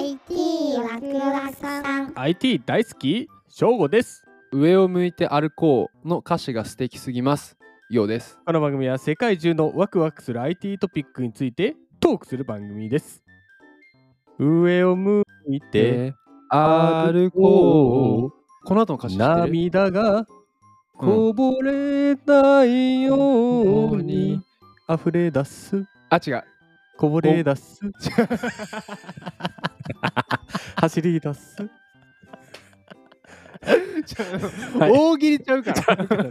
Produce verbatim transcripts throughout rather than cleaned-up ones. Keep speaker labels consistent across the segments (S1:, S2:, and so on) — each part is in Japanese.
S1: イティー ワクワクさん
S2: アイティー 大好き翔吾です。
S3: 上を向いて歩こうの歌詞が素敵すぎますようです。
S2: この番組は世界中のワクワクする アイティー トピックについてトークする番組です。上を向いて
S3: 歩こう。この後の歌詞知ってる？
S2: 涙がこぼれないように溢れ出す。
S3: あ、違う。
S2: こぼれ出す。走り出す。
S3: はい、大喜利ちゃうから。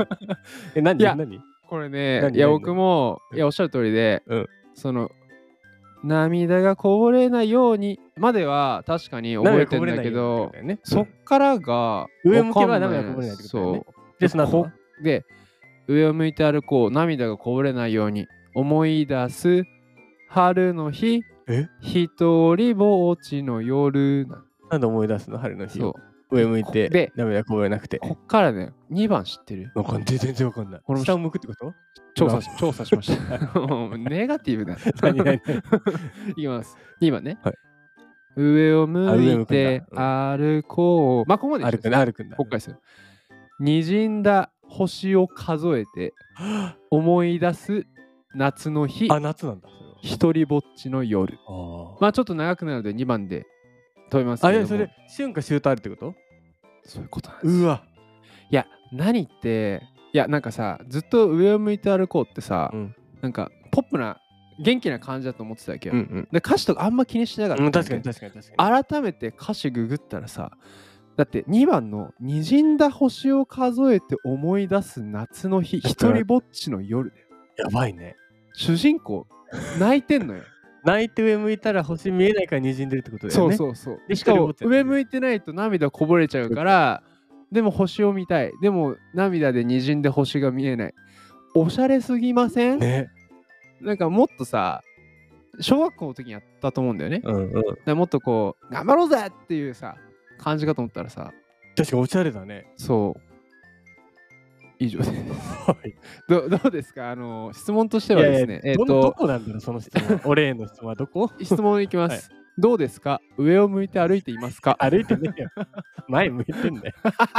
S2: え、何？
S3: いや
S2: 何？
S3: これね、いや僕も、いやおっしゃる通りで、
S2: うん、
S3: その涙がこぼれないようにまでは確かに覚えてんだけど、
S2: ね、
S3: そっからが
S2: 上向けば涙がこぼれないってことだよね。
S3: そうで、その後で上を向いて歩こう、涙がこぼれないように思い出す春の日、
S2: え
S3: 一人ぼっちの夜。
S2: なんで思い出すの？春の日を。
S3: そう
S2: 上向いて
S3: で
S2: 涙こぼれなくて。
S3: こっからね、にばん知ってる？
S2: わかんない。全然わかんない。
S3: これも
S2: 下を向くってこと？
S3: 調査し調査しました。ネガティブだ。
S2: 何何
S3: いきます。にばんね。
S2: はい、
S3: 上を向いて歩こう。まあここまで
S2: 歩くんだ歩くんだ。
S3: こっからですよ。滲んだ星を数えて思い出す夏の日。
S2: あ、夏なんだ。
S3: 一人ぼっちの夜。あまあちょっと長くなるのでにばんで止めますけども。
S2: あ、いやそれ春か秋とあるってこと？
S3: そういうことなんです。
S2: うわ。
S3: いや何っていやなんかさ、ずっと上を向いて歩こうってさ、うん、なんかポップな元気な感じだと思ってたわけよ、うんうん、で歌詞とかあんま気にしてなかった、うん、
S2: 確かに確かに確かに。
S3: 改めて歌詞ググったらさ、だってにばんの滲んだ星を数えて思い出す夏の日、一人ぼっちの夜だよ。
S2: やばいね。
S3: 主人公泣いてんのよ。
S2: 泣いて上向いたら星見えないから滲んでるってことだよね。
S3: そうそうそう。でしかも上向いてないと涙こぼれちゃうから、でも星を見たい。でも涙で滲んで星が見えない。おしゃれすぎません？ね。なんかもっとさ、小学校の時にやったと思うんだよね。うんうん、もっとこう頑張ろうぜっていうさ感じかと思ったらさ、
S2: 確かにおしゃれだね。
S3: そう。以上です。ど, どうですか？あの質問としてはですね、
S2: いやいや、えー、と ど, どこなんだろうその質問。俺への質問はどこ？
S3: 質問いきます、はい。どうですか？上を向いて歩いていますか？
S2: 歩いてねえよ。前向いてんだよ。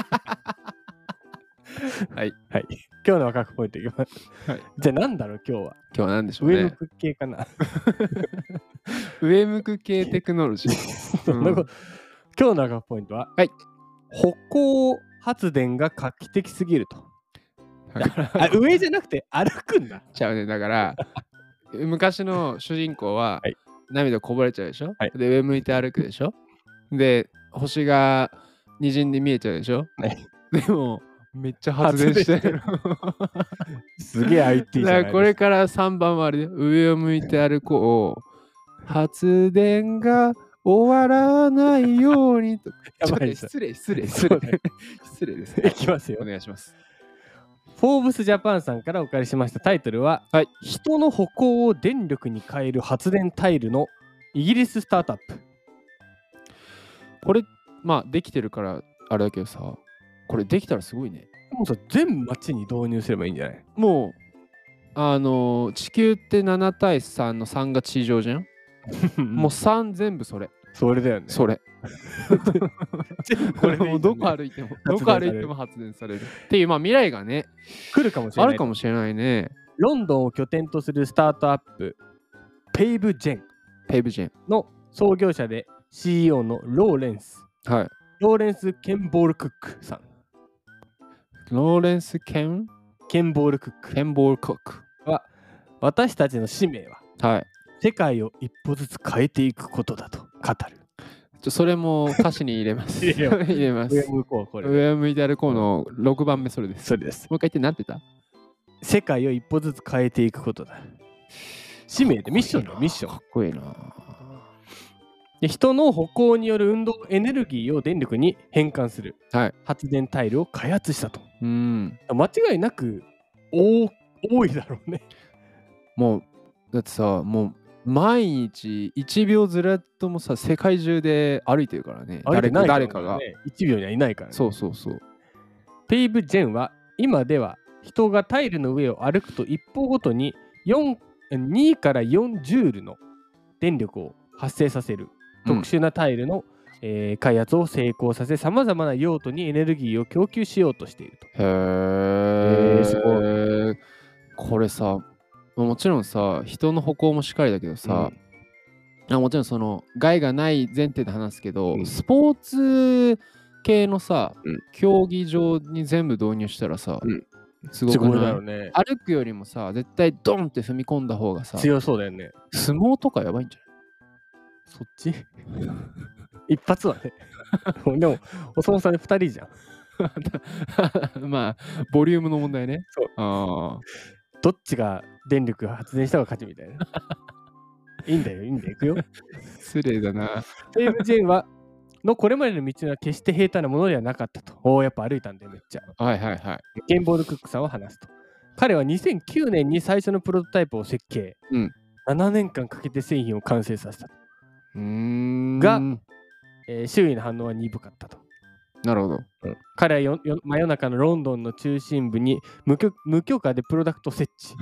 S3: はい。
S2: はい。今日のワクワクポイントいきます。はい、じゃあ何だろう今日は。
S3: 今日は何でしょうね。
S2: 上向く系かな。
S3: 上向く系テクノロジー。うん、
S2: 今日のワクワクポイントは、はい、歩行発電が画期的すぎると。あ、上じゃなくて歩くんだ。
S3: ちゃうね。だから昔の主人公は、はい、涙こぼれちゃうでしょ、はい、で上向いて歩くでしょ、で星が滲んで見えちゃうでしょ、はい、でもめっちゃ発電してる。
S2: すげえ アイティー じゃないですか。
S3: だからこれからさんばんはあれで上を向いて歩こう、発電が終わらないようにと。やばい、失礼失礼失礼失礼ですね。
S2: いきますよ。
S3: お願いします。
S2: フォーブスジャパンさんからお借りしましたタイトルは、はい、人の歩行を電力に変える発電タイルのイギリススタートアップ。
S3: これまあできてるからあれだけどさ、これできたらすごいね。
S2: もうさ全町に導入すればいいんじゃない？
S3: もうあのー、地球ってななたいさんのさんが地上じゃん。もうさん全部それ。
S2: それだよね。
S3: それ。これもうどこ歩いてもどこ歩いても発電されるっていう、まあ未来がね
S2: 来るかもしれない。
S3: あるかもしれないね。
S2: ロンドンを拠点とするスタートアップペイブジェン
S3: ペイブジェン
S2: の創業者で シーイーオー のローレンス、はい、ローレンス・ケンボール・クックさん。
S3: ローレンス・ケン
S2: ケンボール・クック
S3: ケンボール・クック
S2: は、私たちの使命は、はい、世界を一歩ずつ変えていくことだと語る。
S3: ちょそれも歌詞に入れます。入れます。
S2: 上向こう、これ。
S3: 上向いて歩こうのろくばんめ、それです。
S2: それです。
S3: もう一回言って何て言った？
S2: 世界を一歩ずつ変えていくことだ。使命でミッションのミッション。
S3: かっこいいな。
S2: で、人の歩行による運動エネルギーを電力に変換する、はい、発電タイルを開発したと。うん。間違いなく多多いだろうね。
S3: もうだってさ、もう毎日いちびょうずらっともさ世界中で歩いてるからね。誰か誰かが
S2: いちびょうにはいないからね。
S3: そうそうそう。
S2: ペイブジェンは今では人がタイルの上を歩くと一歩ごとによんにからよんジュールの電力を発生させる特殊なタイルの、えー開発を成功させ、さまざまな用途にエネルギーを供給しようとしていると。
S3: へ
S2: えーす
S3: え。これさ、もちろんさ、人の歩行もしっかりだけどさ、あもちろんその害がない前提で話すけど、
S2: うん
S3: スポーツ系のさ、
S2: うん
S3: 競技場に全部導入したらさ、
S2: うん
S3: すご
S2: すごい
S3: くない
S2: だろうね。
S3: 歩くよりもさ、絶対ドンって踏み込んだ方がさ、
S2: 強そうだよね。
S3: 相撲とかやばいんじ
S2: そっち一発はね。でも、お相撲さんでふたりじゃん。
S3: ゃないまあ、ボリュームの問題ね。
S2: そう
S3: あ
S2: どっちが電力発電したが勝ちみたいな。いいんだよ、いいんだよ、いくよ。
S3: ー失礼だな。
S2: デーブ・ジェーンは、のこれまでの道は決して平坦なものではなかったと。おお、やっぱ歩いたんだよ、めっちゃ。
S3: はいはいはい。
S2: ケンボール・クックさんは話すと。彼はにせんきゅうねんに最初のプロトタイプを設計。
S3: うん
S2: ななねんかんかけて製品を完成させたと。
S3: うーん。
S2: がえー周囲の反応は鈍かったと。
S3: なるほど。
S2: 彼はよよ真夜中のロンドンの中心部に無許無許可でプロダクト設置。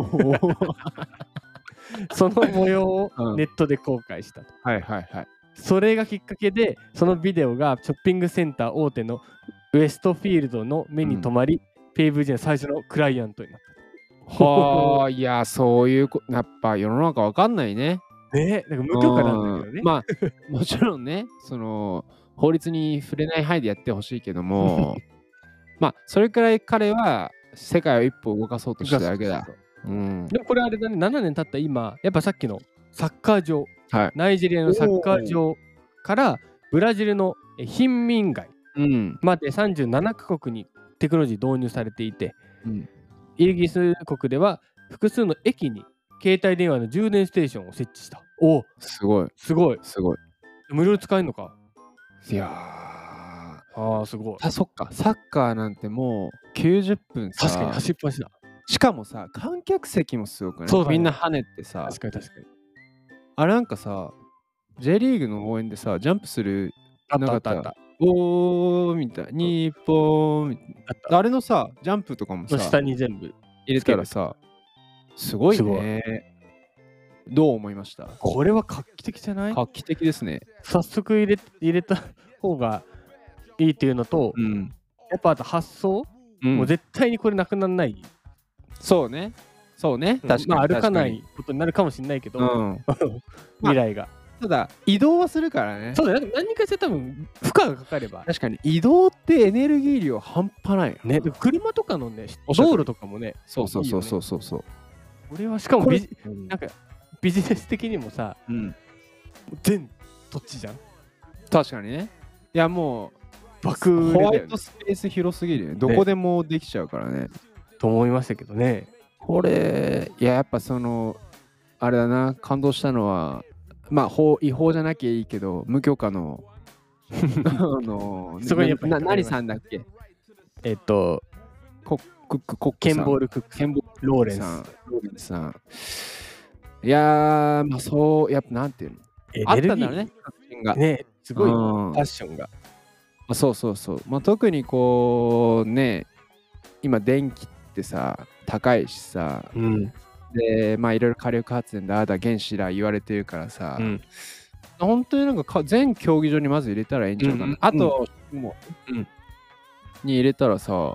S2: その模様を
S3: うん
S2: ネットで公開したと。
S3: はいはいはい。
S2: それがきっかけで、そのビデオがショッピングセンター大手のウエストフィールドの目に留まり、ペイブジェン最初のクライアントになっ
S3: はあ、いや、そういうこ、やっぱ世の中わかんないね。
S2: た。ねえ、なんか無許可なんだけどね。
S3: うんまあ、もちろんね、その、法律に触れない範囲でやってほしいけども、まあ、それくらい彼は世界を一歩動かそうとしてるだけだ。うん。
S2: でもこれあれだね、ななねん経った今、やっぱさっきのサッカー場、
S3: はい。
S2: ナイジェリアのサッカー場からブラジルのえ貧民街
S3: うん。
S2: までさんじゅうななカ国にテクノロジー導入されていて、
S3: うん
S2: イギリス国では複数の駅に携帯電話の充電ステーションを設置した。おお、
S3: すごい。
S2: すごい。
S3: すごい。
S2: 無料で使えるのか。
S3: いやー。
S2: ああ、すごい。
S3: あ、そっか。サッカーなんてもうきゅうじゅっぷんさ。
S2: 確かに走っぱなしだ。
S3: しかもさ、観客席もすごくね。
S2: そうだね
S3: みんな跳ねてさ。
S2: 確かに確かに。
S3: あれなんかさ、J リーグの応援でさ、ジャンプする
S2: あった
S3: なかった
S2: あっあった。
S3: おーみたいな。日本みたい
S2: あった
S3: な。あれのさ、ジャンプとかもさ、
S2: 下に全部。
S3: 入れたらさ、すごい
S2: すご
S3: ね。どう思いました？
S2: これは画期的じゃない？
S3: 画期的ですね。
S2: 早速入れ入れた方がいいっていうのと、
S3: うん。
S2: やっぱあと発想、
S3: うん
S2: もう絶対にこれなくならない。
S3: そうね。そうね。確かに。
S2: まあ歩か
S3: 確かに
S2: ないことになるかもしれないけど、
S3: うん。
S2: 未来が。
S3: ただ、移動はするからね。
S2: そうだよ。なんか何かしら多分負荷がかかれば。
S3: 確かに、移動ってエネルギー量半端ないよ。
S2: ね、で車とかのね、
S3: おっしゃる
S2: 道路とかもね、
S3: そうそうそうそうそうそう。
S2: これはしかも
S3: これ
S2: ビジなんかビジネス的にもさ、
S3: うん。
S2: 全土地じゃん。
S3: 確かにね。いや、もう、
S2: 爆売れ
S3: ホ
S2: だよね
S3: ワイトスペース広すぎるよね。どこでもできちゃうからね。
S2: と思いましたけどね。
S3: これ、いや、やっぱその、あれだな、感動したのは、まあ、法違法じゃなきゃいいけど、無許可の、あの、
S2: そこにやっぱり
S3: な何さんだっけ
S2: えっと、
S3: コックック、コック
S2: ケン
S3: さん
S2: ボールクック、
S3: ケンボー
S2: ローレン
S3: さん
S2: ス。、
S3: ローレンスさん。いやー、まあそう、やっぱなんていうのあったんだろうね、作品が。
S2: ね、すごいフ
S3: うん
S2: ァッションが。
S3: あそうそうそう。まあ、特にこうね、今電気ってさ、高いしさ、
S2: うん。
S3: で、まあいろいろ火力発電だ、あだ原子だ言われてるからさ、
S2: うん。
S3: 本当になんかか全競技場にまず入れたらいいんちゃうかな。
S2: うんうん
S3: あと、もう、
S2: うん
S3: に入れたらさ、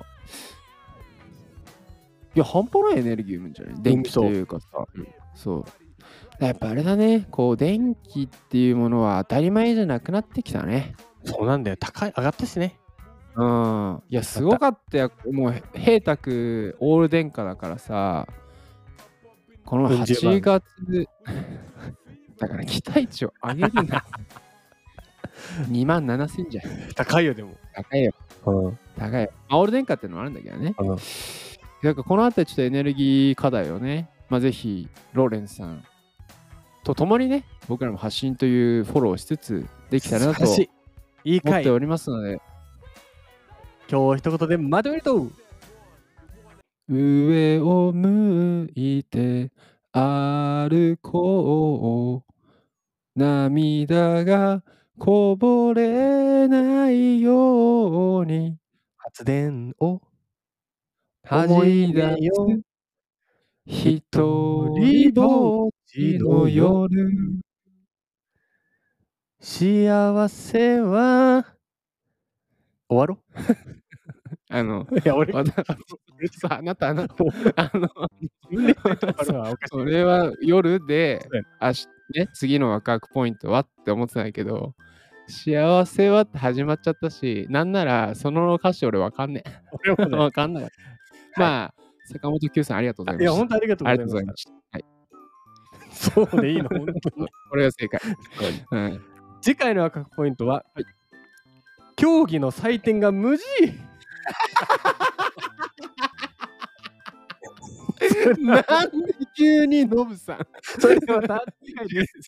S3: いや、半端ないエネルギー生むんじゃない電気というかさ、
S2: うん
S3: そう。やっぱあれだね、こう、電気っていうものは当たり前じゃなくなってきたね。
S2: そうなんだよ。高い、上がったしね。
S3: うん。いや、すごかったよ。もう、平卓オール電化だからさ、この
S2: うん十番
S3: はちがつ、だから期待値を上げるな。にまんななせんじゃん。
S2: 高いよ、でも。
S3: 高いよ。
S2: うん。
S3: 高いよ。まあオール電化っていうのもあるんだけどね。
S2: うん
S3: なんかこのあたりちょっとエネルギー課題をね、まあ、ぜひ、ローレンスさんと共にね、僕らも発信というフォローをしつつできたらなと思
S2: 素晴らしい。いい回。今
S3: っておりますので、
S2: 日は一言でまとめると。
S3: 上を向いて歩こう。涙がこぼれないように
S2: 発電を
S3: 思い出
S2: 始めよう
S3: す一人ぼっちの夜
S2: 幸せは終わろ
S3: あの、
S2: いや、俺、
S3: わたさあなた、あなた、あの、
S2: そ
S3: それは夜で
S2: そうや、
S3: あしね、次のワクワクポイントはって思ってたんやけど、幸せはって始まっちゃったし、なんならその歌詞俺わかんねえ。
S2: 俺もね
S3: わかんない。まあ、坂本九さんありがとうございま
S2: いや、
S3: した。
S2: 本当ありがとう
S3: あ
S2: ございまし
S3: りがとうございました。はい。
S2: た。そうでいいの、本当に。
S3: これが正解。うん。
S2: 次回のワクワクポイントは、
S3: はい
S2: 競技の採点が無事。
S3: なんで急にノブさん。
S2: それではまた次回です。